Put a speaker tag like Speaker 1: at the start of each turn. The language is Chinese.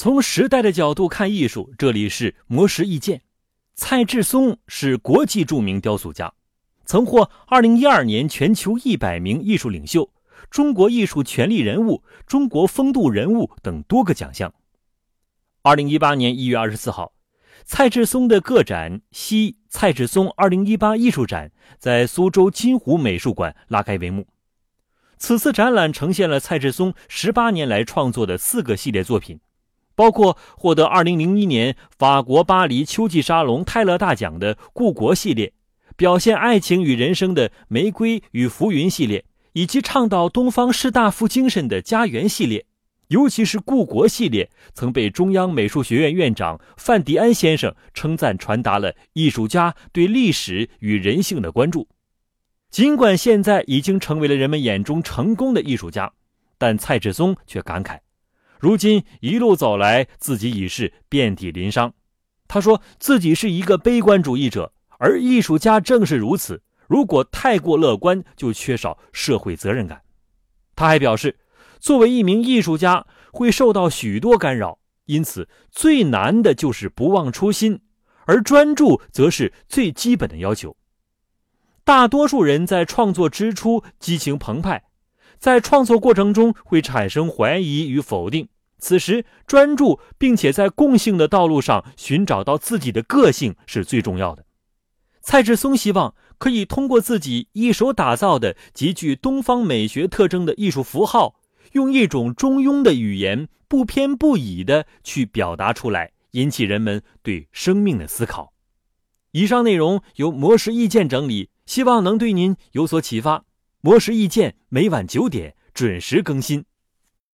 Speaker 1: 从时代的角度看艺术，这里是魔石意见。蔡志松是国际著名雕塑家，曾获2012年全球100名艺术领袖、中国艺术权力人物、中国风度人物等多个奖项。2018年1月24号，蔡志松的个展西蔡志松2018艺术展在苏州金湖美术馆拉开帷幕。此次展览呈现了蔡志松18年来创作的4个系列作品，包括获得2001年法国巴黎秋季沙龙泰勒大奖的故国系列，表现爱情与人生的玫瑰与浮云系列，以及倡导东方士大夫精神的家园系列。尤其是故国系列曾被中央美术学院院长范迪安先生称赞，传达了艺术家对历史与人性的关注。尽管现在已经成为了人们眼中成功的艺术家，但蔡志松却感慨，如今一路走来，自己已是遍体鳞伤。他说自己是一个悲观主义者，而艺术家正是如此，如果太过乐观，就缺少社会责任感。他还表示，作为一名艺术家会受到许多干扰，因此最难的就是不忘初心，而专注则是最基本的要求。大多数人在创作之初激情澎湃，在创作过程中会产生怀疑与否定，此时专注并且在共性的道路上寻找到自己的个性是最重要的。蔡志松希望可以通过自己一手打造的极具东方美学特征的艺术符号，用一种中庸的语言，不偏不倚地去表达出来，引起人们对生命的思考。以上内容由魔石意见整理，希望能对您有所启发。魔石意见每晚9点准时更新。